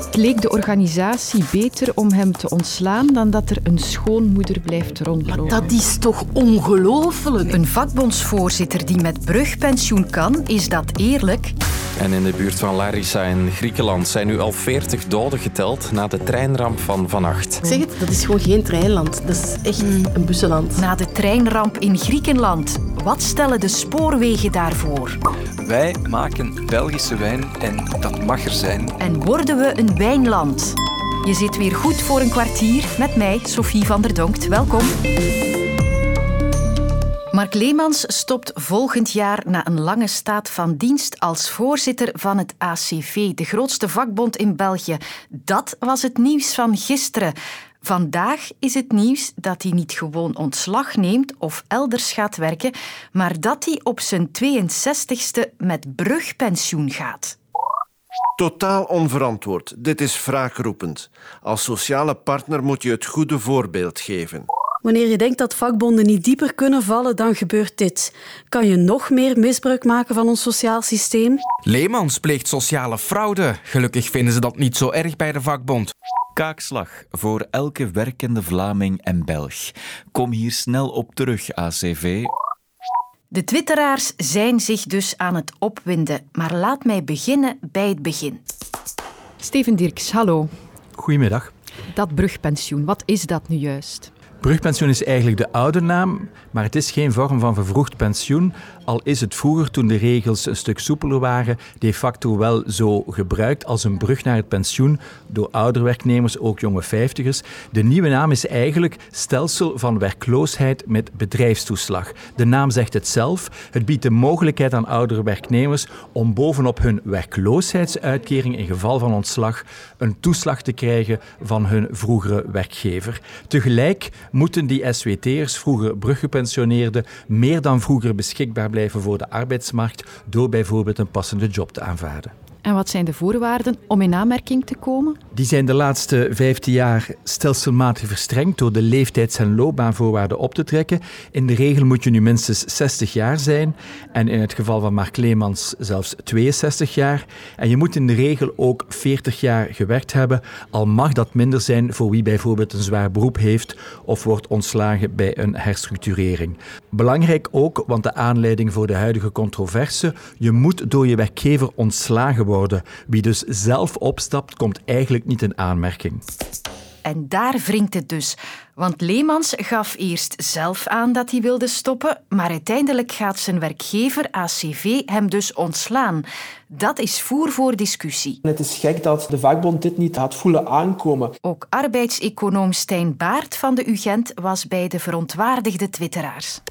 Het leek de organisatie beter om hem te ontslaan dan dat er een schoonmoeder blijft rondlopen. Maar dat is toch ongelooflijk? Een vakbondsvoorzitter die met brugpensioen kan, is dat eerlijk? En in de buurt van Larissa in Griekenland zijn nu al 40 doden geteld na de treinramp van vannacht. Ik zeg het, dat is gewoon geen treinland. Dat is echt een bussenland. Na de treinramp in Griekenland, wat stellen de spoorwegen daarvoor? Wij maken Belgische wijn en dat mag er zijn. En worden we een wijnland? Je zit weer goed voor een kwartier met mij, Sophie van der Donkt. Welkom. Mark Leemans stopt volgend jaar na een lange staat van dienst als voorzitter van het ACV, de grootste vakbond in België. Dat was het nieuws van gisteren. Vandaag is het nieuws dat hij niet gewoon ontslag neemt of elders gaat werken, maar dat hij op zijn 62e met brugpensioen gaat. Totaal onverantwoord. Dit is wraakroepend. Als sociale partner moet je het goede voorbeeld geven. Wanneer je denkt dat vakbonden niet dieper kunnen vallen, dan gebeurt dit. Kan je nog meer misbruik maken van ons sociaal systeem? Leemans pleegt sociale fraude. Gelukkig vinden ze dat niet zo erg bij de vakbond. Kaakslag voor elke werkende Vlaming en Belg. Kom hier snel op terug, ACV. De twitteraars zijn zich dus aan het opwinden. Maar laat mij beginnen bij het begin. Steven Dirks, hallo. Goedemiddag. Dat brugpensioen, wat is dat nu juist? Brugpensioen is eigenlijk de oude naam, maar het is geen vorm van vervroegd pensioen, al is het vroeger, toen de regels een stuk soepeler waren, de facto wel zo gebruikt als een brug naar het pensioen door oudere werknemers, ook jonge vijftigers. De nieuwe naam is eigenlijk stelsel van werkloosheid met bedrijfstoeslag. De naam zegt het zelf. Het biedt de mogelijkheid aan oudere werknemers om bovenop hun werkloosheidsuitkering in geval van ontslag een toeslag te krijgen van hun vroegere werkgever. Tegelijk moeten die SWT'ers, vroeger bruggepensioneerden, meer dan vroeger beschikbaar blijven voor de arbeidsmarkt door bijvoorbeeld een passende job te aanvaarden. En wat zijn de voorwaarden om in aanmerking te komen? Die zijn de laatste 15 jaar stelselmatig verstrengd door de leeftijds- en loopbaanvoorwaarden op te trekken. In de regel moet je nu minstens 60 jaar zijn en in het geval van Mark Leemans zelfs 62 jaar. En je moet in de regel ook 40 jaar gewerkt hebben, al mag dat minder zijn voor wie bijvoorbeeld een zwaar beroep heeft of wordt ontslagen bij een herstructurering. Belangrijk ook, want de aanleiding voor de huidige controverse, je moet door je werkgever ontslagen worden. Wie dus zelf opstapt, komt eigenlijk niet in aanmerking. En daar wringt het dus. Want Leemans gaf eerst zelf aan dat hij wilde stoppen, maar uiteindelijk gaat zijn werkgever ACV hem dus ontslaan. Dat is voer voor discussie. Het is gek dat de vakbond dit niet had voelen aankomen. Ook arbeidseconoom Stijn Baert van de UGent was bij de verontwaardigde twitteraars.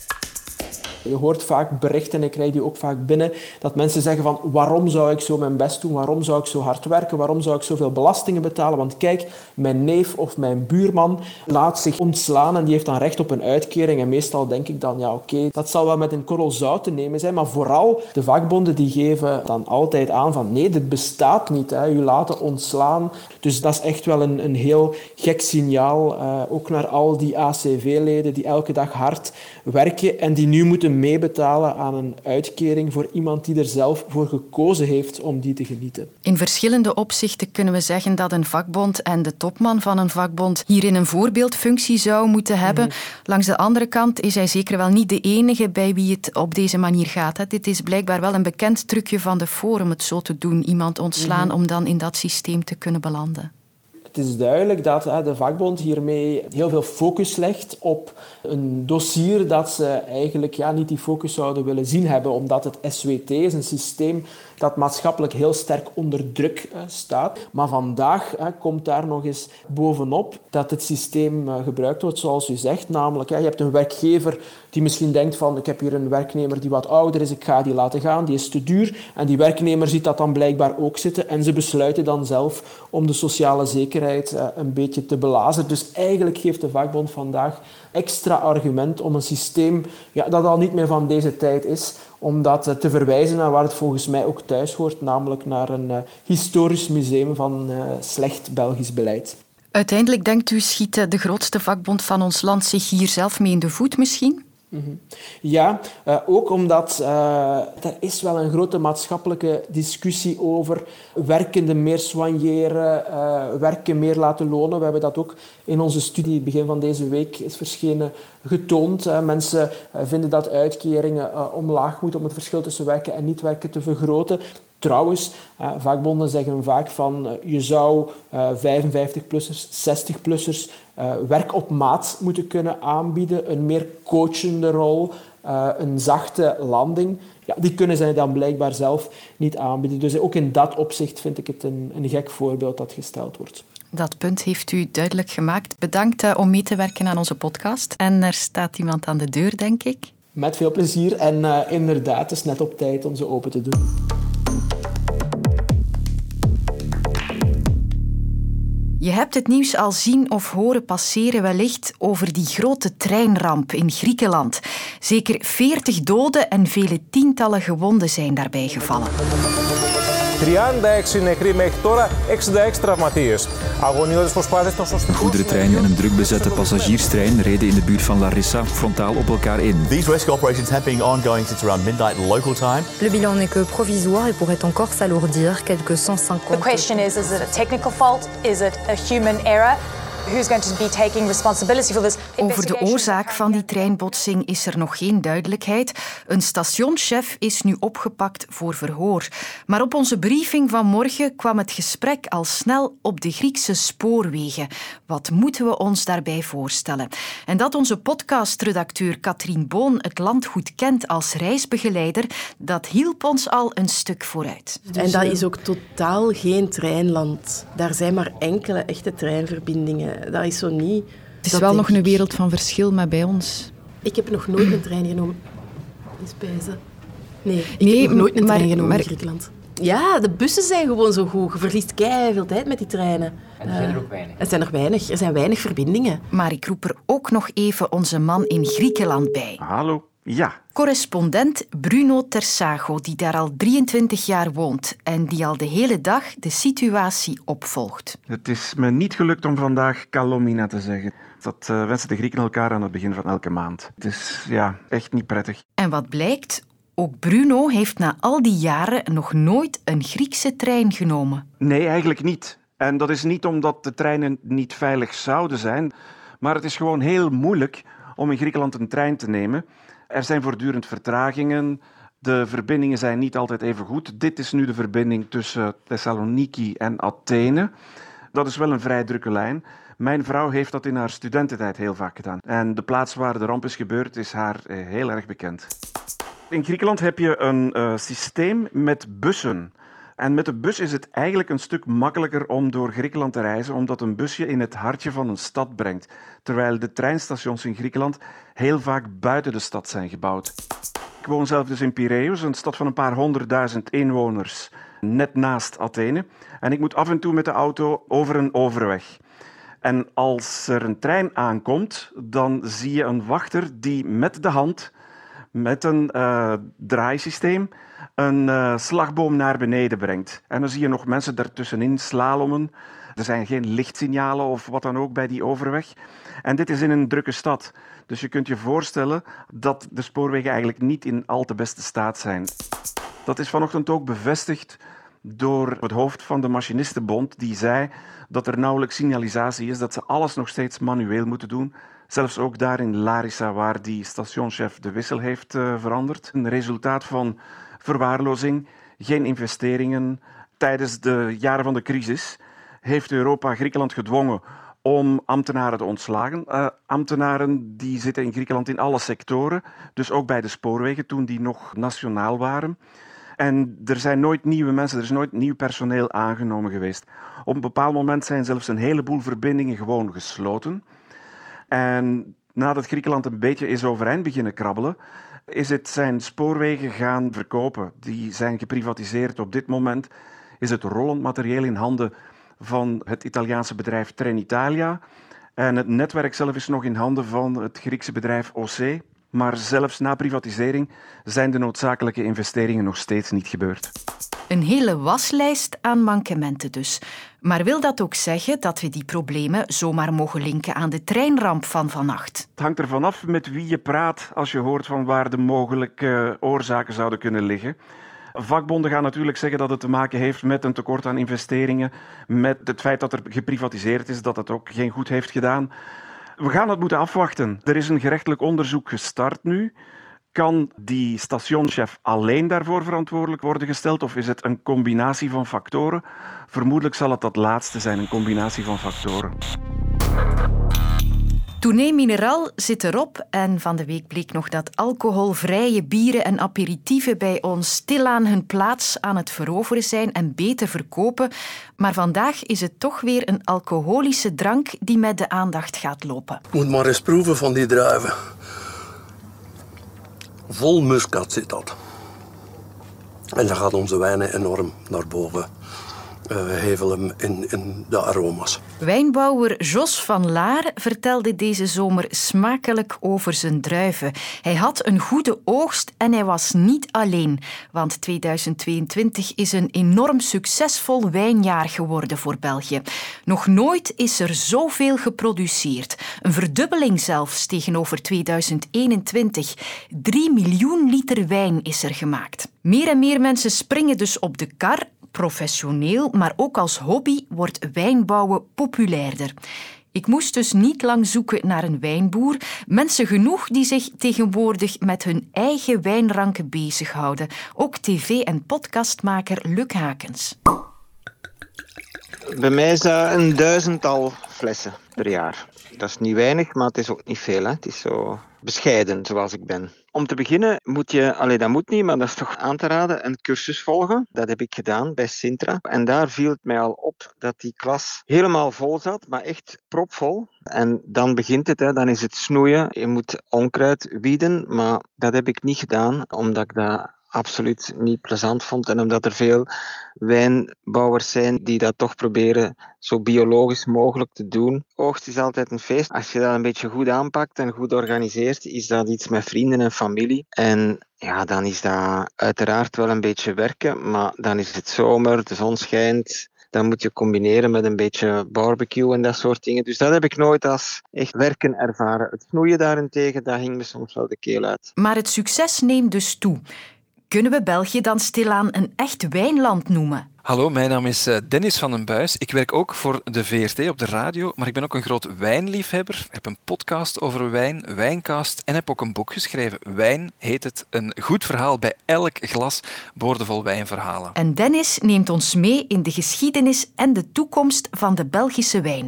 Je hoort vaak berichten, en ik krijg die ook vaak binnen, dat mensen zeggen van waarom zou ik zo mijn best doen, waarom zou ik zo hard werken, waarom zou ik zoveel belastingen betalen, want kijk, mijn neef of mijn buurman laat zich ontslaan en die heeft dan recht op een uitkering en meestal denk ik dan, ja oké, dat zal wel met een korrel zout te nemen zijn, maar vooral de vakbonden die geven dan altijd aan van nee, dit bestaat niet, hè, u laten ontslaan. Dus dat is echt wel een heel gek signaal, ook naar al die ACV-leden die elke dag hard werken en die nu moeten meebetalen aan een uitkering voor iemand die er zelf voor gekozen heeft om die te genieten. In verschillende opzichten kunnen we zeggen dat een vakbond en de topman van een vakbond hierin een voorbeeldfunctie zou moeten hebben. Langs de andere kant is hij zeker wel niet de enige bij wie het op deze manier gaat. Dit is blijkbaar wel een bekend trucje van de Forum, het zo te doen, iemand ontslaan om dan in dat systeem te kunnen belanden. Het is duidelijk dat de vakbond hiermee heel veel focus legt op een dossier dat ze eigenlijk niet die focus zouden willen zien hebben, omdat het SWT is een systeem dat maatschappelijk heel sterk onder druk staat. Maar vandaag komt daar nog eens bovenop dat het systeem gebruikt wordt zoals u zegt. Namelijk, je hebt een werkgever die misschien denkt van ik heb hier een werknemer die wat ouder is, ik ga die laten gaan, die is te duur. En die werknemer ziet dat dan blijkbaar ook zitten en ze besluiten dan zelf om de sociale zekerheid een beetje te belazen. Dus eigenlijk geeft de vakbond vandaag extra argument om een systeem dat al niet meer van deze tijd is, om dat te verwijzen naar waar het volgens mij ook thuis hoort, namelijk naar een historisch museum van slecht Belgisch beleid. Uiteindelijk, denkt u, schiet de grootste vakbond van ons land zich hier zelf mee in de voet misschien? Ja, ook omdat er is wel een grote maatschappelijke discussie over werkenden meer soigneren, werken meer laten lonen. We hebben dat ook in onze studie begin van deze week is verschenen getoond. Mensen vinden dat uitkeringen omlaag moeten om het verschil tussen werken en niet werken te vergroten. Trouwens, vakbonden zeggen vaak van je zou 55-plussers, 60-plussers werk op maat moeten kunnen aanbieden, een meer coachende rol, een zachte landing. Ja, die kunnen zij dan blijkbaar zelf niet aanbieden. Dus ook in dat opzicht vind ik het een gek voorbeeld dat gesteld wordt. Dat punt heeft u duidelijk gemaakt. Bedankt om mee te werken aan onze podcast. En er staat iemand aan de deur, denk ik. Met veel plezier en inderdaad, het is net op tijd om ze open te doen. Je hebt het nieuws al zien of horen passeren wellicht over die grote treinramp in Griekenland. Zeker 40 doden en vele tientallen gewonden zijn daarbij gevallen. 36 νεκροί μέχρι τώρα, 66 τραυματίες. Αγωνιώδεις προσπάθειες των Een goederentrein en een druk bezette passagierstrein reden in de buurt van Larissa frontaal op elkaar in. These rescue operations have been ongoing since around midnight local time. Le bilan n'est que provisoire et pourrait encore s'alourdir, quelques 150. The question is it a technical fault? Is it a human error? Who's going to be taking responsibility for this? Over de oorzaak van die treinbotsing is er nog geen duidelijkheid. Een stationschef is nu opgepakt voor verhoor. Maar op onze briefing van morgen kwam het gesprek al snel op de Griekse spoorwegen. Wat moeten we ons daarbij voorstellen? En dat onze podcastredacteur Katrien Boon het land goed kent als reisbegeleider, dat hielp ons al een stuk vooruit. En dat is ook totaal geen treinland. Daar zijn maar enkele echte treinverbindingen. Dat is zo niet... Het is wel nog een wereld van verschil met bij ons. Ik heb nog nooit een trein genomen. Is bijze. Nee, ik heb nog nooit een trein genomen in Griekenland. Ja, de bussen zijn gewoon zo goed. Je verliest keiveel tijd met die treinen. En er zijn er ook weinig. Er zijn er weinig. Er zijn weinig verbindingen. Maar ik roep er ook nog even onze man in Griekenland bij. Hallo, ja. Correspondent Bruno Tersago, die daar al 23 jaar woont en die al de hele dag de situatie opvolgt. Het is me niet gelukt om vandaag Kalomina te zeggen. Dat wensen de Grieken elkaar aan het begin van elke maand. Het is echt niet prettig. En wat blijkt? Ook Bruno heeft na al die jaren nog nooit een Griekse trein genomen. Nee, eigenlijk niet. En dat is niet omdat de treinen niet veilig zouden zijn, maar het is gewoon heel moeilijk om in Griekenland een trein te nemen. Er zijn voortdurend vertragingen. De verbindingen zijn niet altijd even goed. Dit is nu de verbinding tussen Thessaloniki en Athene. Dat is wel een vrij drukke lijn. Mijn vrouw heeft dat in haar studententijd heel vaak gedaan. En de plaats waar de ramp is gebeurd is haar heel erg bekend. In Griekenland heb je een systeem met bussen. En met de bus is het eigenlijk een stuk makkelijker om door Griekenland te reizen, omdat een busje in het hartje van een stad brengt, terwijl de treinstations in Griekenland heel vaak buiten de stad zijn gebouwd. Ik woon zelf dus in Piraeus, een stad van een paar 100.000 inwoners, net naast Athene. En ik moet af en toe met de auto over een overweg. En als er een trein aankomt, dan zie je een wachter die met de hand, met een draaisysteem, een slagboom naar beneden brengt. En dan zie je nog mensen daartussenin slalommen. Er zijn geen lichtsignalen of wat dan ook bij die overweg. En dit is in een drukke stad. Dus je kunt je voorstellen dat de spoorwegen eigenlijk niet in al te beste staat zijn. Dat is vanochtend ook bevestigd door het hoofd van de Machinistenbond, die zei dat er nauwelijks signalisatie is, dat ze alles nog steeds manueel moeten doen. Zelfs ook daar in Larissa, waar die stationschef de wissel heeft veranderd. Een resultaat van verwaarlozing, geen investeringen. Tijdens de jaren van de crisis heeft Europa Griekenland gedwongen om ambtenaren te ontslagen. Ambtenaren die zitten in Griekenland in alle sectoren, dus ook bij de spoorwegen toen die nog nationaal waren. En er zijn nooit nieuwe mensen, er is nooit nieuw personeel aangenomen geweest. Op een bepaald moment zijn zelfs een heleboel verbindingen gewoon gesloten. En nadat Griekenland een beetje is overeind beginnen krabbelen, is het zijn spoorwegen gaan verkopen. Die zijn geprivatiseerd. Op dit moment is het rollend materieel in handen van het Italiaanse bedrijf Trenitalia. En het netwerk zelf is nog in handen van het Griekse bedrijf OC. Maar zelfs na privatisering zijn de noodzakelijke investeringen nog steeds niet gebeurd. Een hele waslijst aan mankementen dus. Maar wil dat ook zeggen dat we die problemen zomaar mogen linken aan de treinramp van vannacht? Het hangt ervan af met wie je praat als je hoort van waar de mogelijke oorzaken zouden kunnen liggen. Vakbonden gaan natuurlijk zeggen dat het te maken heeft met een tekort aan investeringen, met het feit dat er geprivatiseerd is, dat het ook geen goed heeft gedaan. We gaan het moeten afwachten. Er is een gerechtelijk onderzoek gestart nu. Kan die stationschef alleen daarvoor verantwoordelijk worden gesteld of is het een combinatie van factoren? Vermoedelijk zal het dat laatste zijn, een combinatie van factoren. Tournee Mineral zit erop en van de week bleek nog dat alcoholvrije bieren en aperitieven bij ons stilaan hun plaats aan het veroveren zijn en beter verkopen. Maar vandaag is het toch weer een alcoholische drank die met de aandacht gaat lopen. Moet maar eens proeven van die druiven. Vol muscat zit dat. En dan gaat onze wijnen enorm naar boven hevelen in de aroma's. Wijnbouwer Jos van Laar vertelde deze zomer smakelijk over zijn druiven. Hij had een goede oogst en hij was niet alleen. Want 2022 is een enorm succesvol wijnjaar geworden voor België. Nog nooit is er zoveel geproduceerd. Een verdubbeling zelfs tegenover 2021. 3 miljoen liter wijn is er gemaakt. Meer en meer mensen springen dus op de kar. Professioneel, maar ook als hobby wordt wijnbouwen populairder. Ik moest dus niet lang zoeken naar een wijnboer. Mensen genoeg die zich tegenwoordig met hun eigen wijnranken bezighouden. Ook tv- en podcastmaker Luc Hakens. Bij mij is dat een 1000-tal flessen per jaar. Dat is niet weinig, maar het is ook niet veel. Hè. Het is zo bescheiden, zoals ik ben. Om te beginnen moet je, dat moet niet, maar dat is toch aan te raden, een cursus volgen. Dat heb ik gedaan bij Sintra. En daar viel het mij al op dat die klas helemaal vol zat, maar echt propvol. En dan begint het, dan is het snoeien. Je moet onkruid wieden, maar dat heb ik niet gedaan, omdat ik dat absoluut niet plezant vond. En omdat er veel wijnbouwers zijn die dat toch proberen zo biologisch mogelijk te doen. Oogst is altijd een feest. Als je dat een beetje goed aanpakt en goed organiseert, is dat iets met vrienden en familie. En ja, dan is dat uiteraard wel een beetje werken, maar dan is het zomer, de zon schijnt. Dan moet je combineren met een beetje barbecue en dat soort dingen. Dus dat heb ik nooit als echt werken ervaren. Het snoeien daarentegen, dat hing me soms wel de keel uit. Maar het succes neemt dus toe. Kunnen we België dan stilaan een echt wijnland noemen? Hallo, mijn naam is Dennis van den Buis. Ik werk ook voor de VRT op de radio, maar ik ben ook een groot wijnliefhebber. Heb een podcast over wijn, Wijncast, en heb ook een boek geschreven. Wijn heet het, een goed verhaal bij elk glas, boordevol wijnverhalen. En Dennis neemt ons mee in de geschiedenis en de toekomst van de Belgische wijn.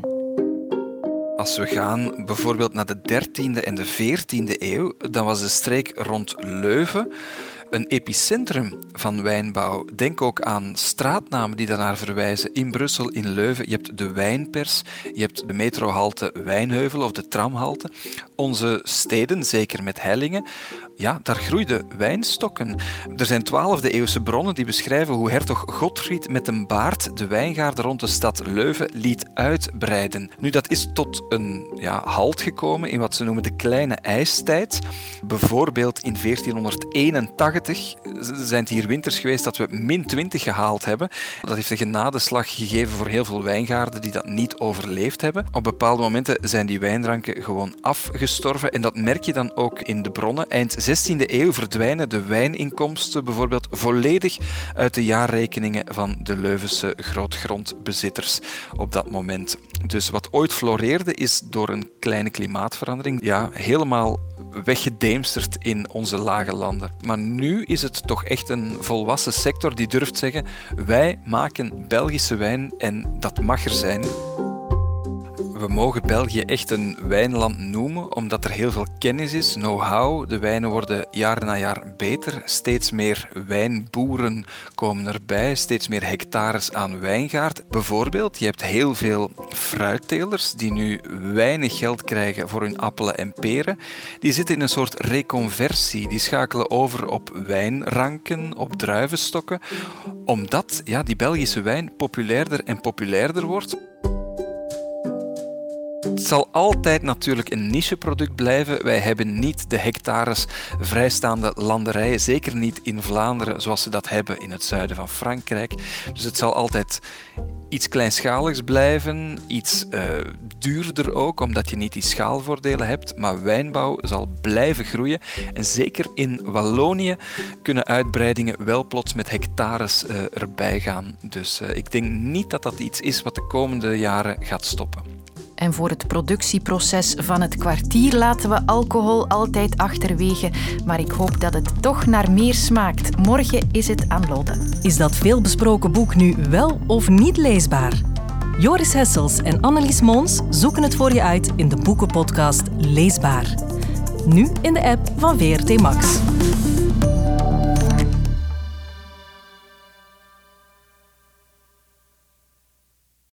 Als we gaan bijvoorbeeld naar de 13e en de 14e eeuw, dan was de streek rond Leuven een epicentrum van wijnbouw. Denk ook aan straatnamen die daarnaar verwijzen. In Brussel, in Leuven, je hebt de Wijnpers, je hebt de metrohalte Wijnheuvel of de tramhalte. Onze steden, zeker met hellingen, ja, daar groeiden wijnstokken. Er zijn 12e eeuwse bronnen die beschrijven hoe hertog Godfried met een baard de wijngaarden rond de stad Leuven liet uitbreiden. Nu, dat is tot een halt gekomen in wat ze noemen de kleine ijstijd. Bijvoorbeeld in 1481 zijn het hier winters geweest dat we -20 gehaald hebben. Dat heeft een genadeslag gegeven voor heel veel wijngaarden die dat niet overleefd hebben. Op bepaalde momenten zijn die wijnranken gewoon afgestorven en dat merk je dan ook in de bronnen. Eind 16e eeuw verdwijnen de wijninkomsten bijvoorbeeld volledig uit de jaarrekeningen van de Leuvense grootgrondbezitters op dat moment. Dus wat ooit floreerde is door een kleine klimaatverandering helemaal weggedemsterd in onze lage landen. Maar nu is het toch echt een volwassen sector die durft zeggen: wij maken Belgische wijn en dat mag er zijn. We mogen België echt een wijnland noemen, omdat er heel veel kennis is, know-how. De wijnen worden jaar na jaar beter. Steeds meer wijnboeren komen erbij, steeds meer hectares aan wijngaard. Bijvoorbeeld, je hebt heel veel fruittelers die nu weinig geld krijgen voor hun appelen en peren. Die zitten in een soort reconversie. Die schakelen over op wijnranken, op druivenstokken, omdat die Belgische wijn populairder en populairder wordt. zal altijd natuurlijk een nicheproduct blijven. Wij hebben niet de hectares vrijstaande landerijen, zeker niet in Vlaanderen zoals ze dat hebben in het zuiden van Frankrijk. Dus het zal altijd iets kleinschaligs blijven, iets duurder ook, omdat je niet die schaalvoordelen hebt. Maar wijnbouw zal blijven groeien. En zeker in Wallonië kunnen uitbreidingen wel plots met hectares erbij gaan. Dus ik denk niet dat dat iets is wat de komende jaren gaat stoppen. En voor het productieproces van het kwartier laten we alcohol altijd achterwege. Maar ik hoop dat het toch naar meer smaakt. Morgen is het aan Lode. Is dat veelbesproken boek nu wel of niet leesbaar? Joris Hessels en Annelies Mons zoeken het voor je uit in de boekenpodcast Leesbaar. Nu in de app van VRT Max.